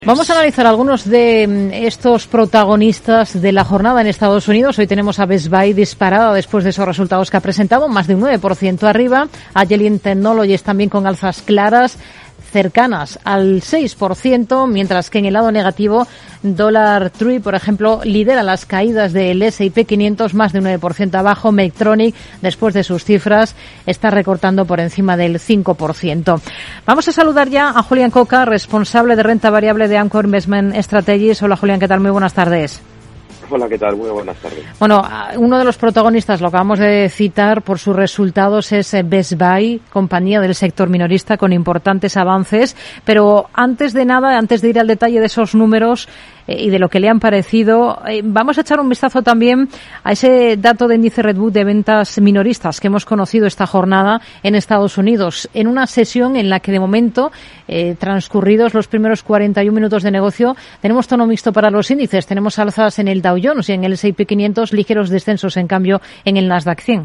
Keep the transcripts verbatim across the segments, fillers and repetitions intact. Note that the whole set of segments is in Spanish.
Vamos a analizar algunos de estos protagonistas de la jornada en Estados Unidos. Hoy tenemos a Best Buy disparada después de esos resultados que ha presentado, más de un nueve por ciento arriba. Agilent Technologies también con alzas claras, cercanas al seis por ciento, mientras que en el lado negativo, Dollar Tree, por ejemplo, lidera las caídas del ese y pe quinientos, más de un nueve por ciento abajo. Medtronic, después de sus cifras, está recortando por encima del cinco por ciento. Vamos a saludar ya a Julián Coca, responsable de renta variable de Anchor Investment Strategies. Hola, Julián, ¿qué tal? Muy buenas tardes. Hola, ¿qué tal? Muy buenas tardes. Bueno, uno de los protagonistas, lo acabamos de citar por sus resultados, es Best Buy, compañía del sector minorista con importantes avances. Pero antes de nada, antes de ir al detalle de esos números eh, y de lo que le han parecido, eh, vamos a echar un vistazo también a ese dato de índice Redbook de ventas minoristas que hemos conocido esta jornada en Estados Unidos, en una sesión en la que de momento, eh, transcurridos los primeros cuarenta y un minutos de negocio, tenemos tono mixto para los índices. Tenemos alzas en el Dow Jones y en el ese y pe quinientos, ligeros descensos en cambio en el Nasdaq cien.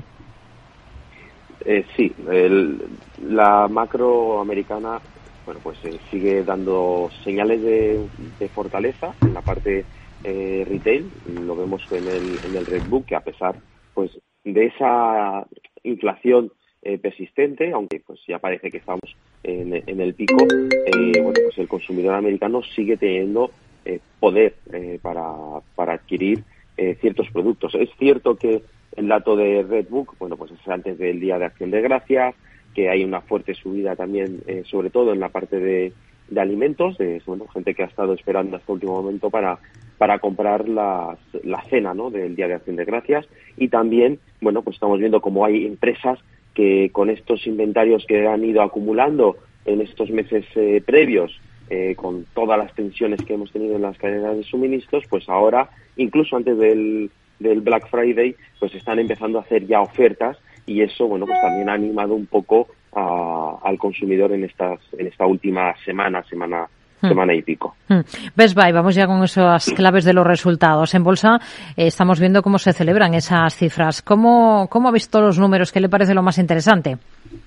Eh, sí, el, la macro americana, bueno, pues eh, sigue dando señales de, de fortaleza en la parte eh, retail. Lo vemos en el, en el Redbook, que a pesar pues de esa inflación eh, persistente, aunque pues ya parece que estamos en, en el pico, eh, bueno, pues el consumidor americano sigue teniendo eh, poder eh, para, para adquirir Eh, ciertos productos. Es cierto que el dato de Redbook, bueno, pues es antes del Día de Acción de Gracias, que hay una fuerte subida también, eh, sobre todo en la parte de, de alimentos, de bueno, gente que ha estado esperando hasta el último momento para para comprar las, la cena, ¿no?, del Día de Acción de Gracias. Y también, bueno, pues estamos viendo cómo hay empresas que con estos inventarios que han ido acumulando en estos meses eh, previos, Eh, con todas las tensiones que hemos tenido en las cadenas de suministros, pues ahora, incluso antes del, del Black Friday, pues están empezando a hacer ya ofertas, y eso, bueno, pues también ha animado un poco a, al consumidor en estas en esta última semana, semana Hmm. semana y pico. Hmm. Best Buy, vamos ya con esas claves de los resultados. En bolsa eh, estamos viendo cómo se celebran esas cifras. ¿Cómo, cómo ha visto los números? ¿Qué le parece lo más interesante?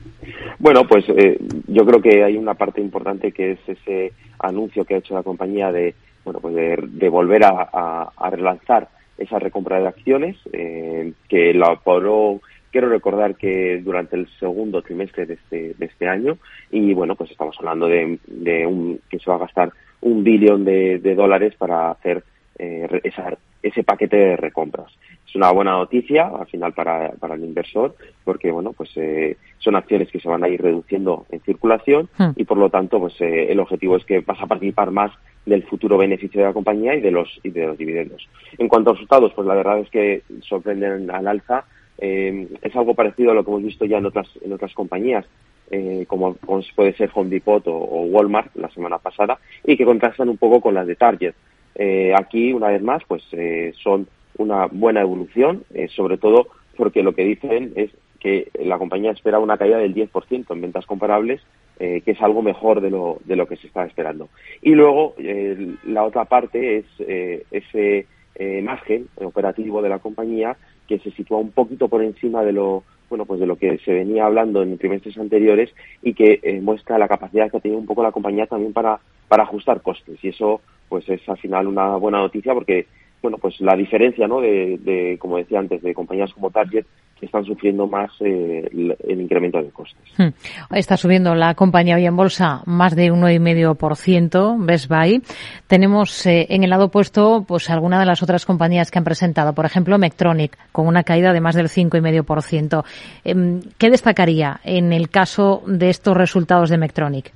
Bueno, pues eh, yo creo que hay una parte importante que es ese anuncio que ha hecho la compañía de bueno pues de, de volver a, a, a relanzar esa recompra de acciones, eh, que la aprobó, quiero recordar que durante el segundo trimestre de este, de este año, y bueno, pues estamos hablando de, de un, que se va a gastar un billón de, de dólares para hacer eh, esa, ese paquete de recompras. Es una buena noticia al final para, para el inversor, porque bueno, pues eh, son acciones que se van a ir reduciendo en circulación hmm. y por lo tanto, pues eh, el objetivo es que vas a participar más del futuro beneficio de la compañía y de los y de los dividendos. En cuanto a resultados, pues la verdad es que sorprenden al alza. Eh, es algo parecido a lo que hemos visto ya en otras en otras compañías, eh, como, como puede ser Home Depot o, o Walmart la semana pasada, y que contrastan un poco con las de Target. Eh, aquí, una vez más, pues eh, son una buena evolución, eh, sobre todo porque lo que dicen es que la compañía espera una caída del diez por ciento en ventas comparables, eh, que es algo mejor de lo de lo que se está esperando. Y luego, eh, la otra parte es eh, ese eh, margen operativo de la compañía, que se sitúa un poquito por encima de lo bueno pues de lo que se venía hablando en trimestres anteriores, y que eh, muestra la capacidad que ha tenido un poco la compañía también para para ajustar costes, y eso pues es al final una buena noticia, porque bueno, pues la diferencia, ¿no?, de, de, como decía antes, de compañías como Target, que están sufriendo más eh, el, el incremento de costes. Hmm. Está subiendo la compañía hoy en bolsa más de un nueve coma cinco por ciento, Best Buy. Tenemos eh, en el lado opuesto pues alguna de las otras compañías que han presentado, por ejemplo, Medtronic, con una caída de más del cinco coma cinco por ciento. Eh, ¿Qué destacaría en el caso de estos resultados de Medtronic?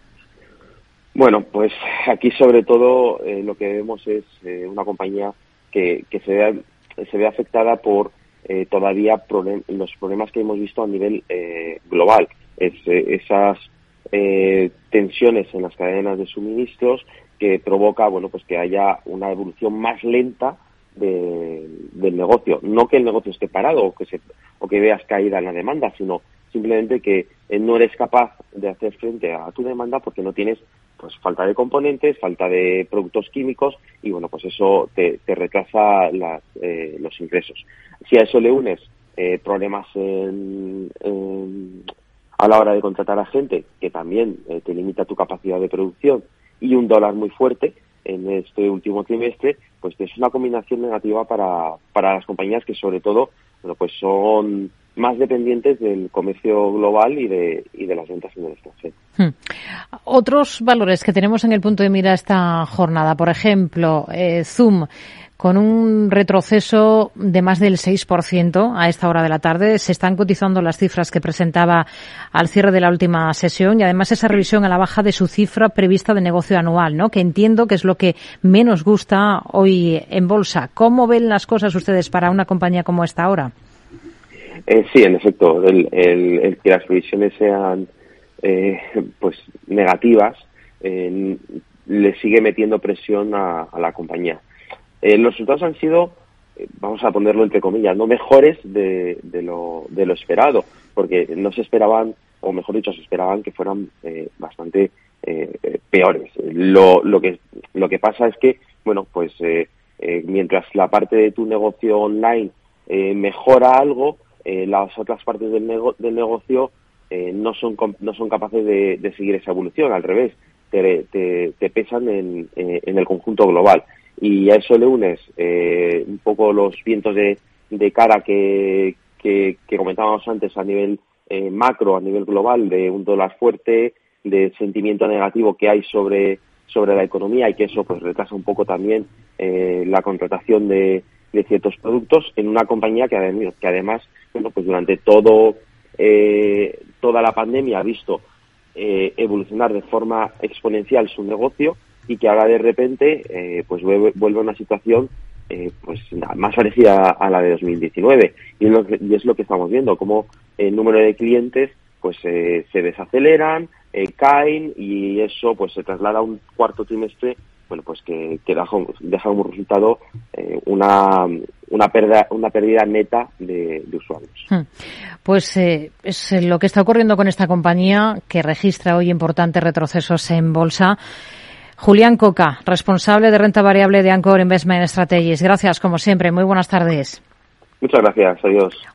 Bueno, pues aquí sobre todo eh, lo que vemos es eh, una compañía que, que se ve, se ve afectada por eh, todavía problem- los problemas que hemos visto a nivel eh, global. Es, eh, esas eh, tensiones en las cadenas de suministros que provoca, bueno, pues que haya una evolución más lenta de, del negocio. No que el negocio esté parado o que se, o que veas caída en la demanda, sino simplemente que eh, no eres capaz de hacer frente a tu demanda porque no tienes pues falta de componentes, falta de productos químicos, y bueno, pues eso te, te retrasa las, eh, los ingresos. Si a eso le unes eh, problemas en, en, a la hora de contratar a gente, que también eh, te limita tu capacidad de producción, y un dólar muy fuerte en este último trimestre, pues es una combinación negativa para, para las compañías que sobre todo, bueno, pues son más dependientes del comercio global y de, y de las ventas en el extranjero. Hmm. Otros valores que tenemos en el punto de mira esta jornada, por ejemplo, eh, Zoom, con un retroceso de más del seis por ciento a esta hora de la tarde. Se están cotizando las cifras que presentaba al cierre de la última sesión y además esa revisión a la baja de su cifra prevista de negocio anual, ¿no? Que entiendo que es lo que menos gusta hoy en bolsa. ¿Cómo ven las cosas ustedes para una compañía como esta ahora? Eh, sí, en efecto, el, el, el que las previsiones sean eh, pues negativas eh, le sigue metiendo presión a, a la compañía. Eh, los resultados han sido, eh, vamos a ponerlo entre comillas, no mejores de, de, lo, de lo esperado, porque no se esperaban, o mejor dicho, se esperaban que fueran eh, bastante eh, peores. Lo, lo que lo que pasa es que, bueno, pues eh, eh, mientras la parte de tu negocio online eh, mejora algo, eh, las otras partes del, nego- del negocio eh, no son no son capaces de, de seguir esa evolución, al revés, te, te, te pesan en, en el conjunto global. Y a eso le unes eh, un poco los vientos de, de cara que, que, que comentábamos antes a nivel eh, macro, a nivel global, de un dólar fuerte, de sentimiento negativo que hay sobre sobre la economía y que eso pues retrasa un poco también eh, la contratación de, de ciertos productos en una compañía que además, que además bueno, pues durante todo eh, toda la pandemia ha visto eh, evolucionar de forma exponencial su negocio y que ahora de repente eh, pues vuelve, vuelve a una situación eh, pues más parecida a la de dos mil diecinueve y es lo que, y es lo que estamos viendo, como el número de clientes pues eh, se desaceleran, eh, caen y eso pues se traslada a un cuarto trimestre bueno pues que, que deja, deja como resultado eh, una una pérdida una pérdida neta de, de usuarios. Pues eh, es lo que está ocurriendo con esta compañía que registra hoy importantes retrocesos en bolsa. Julián Coca, responsable de renta variable de Anchor Investment Strategies. Gracias, como siempre. Muy buenas tardes. Muchas gracias. Adiós.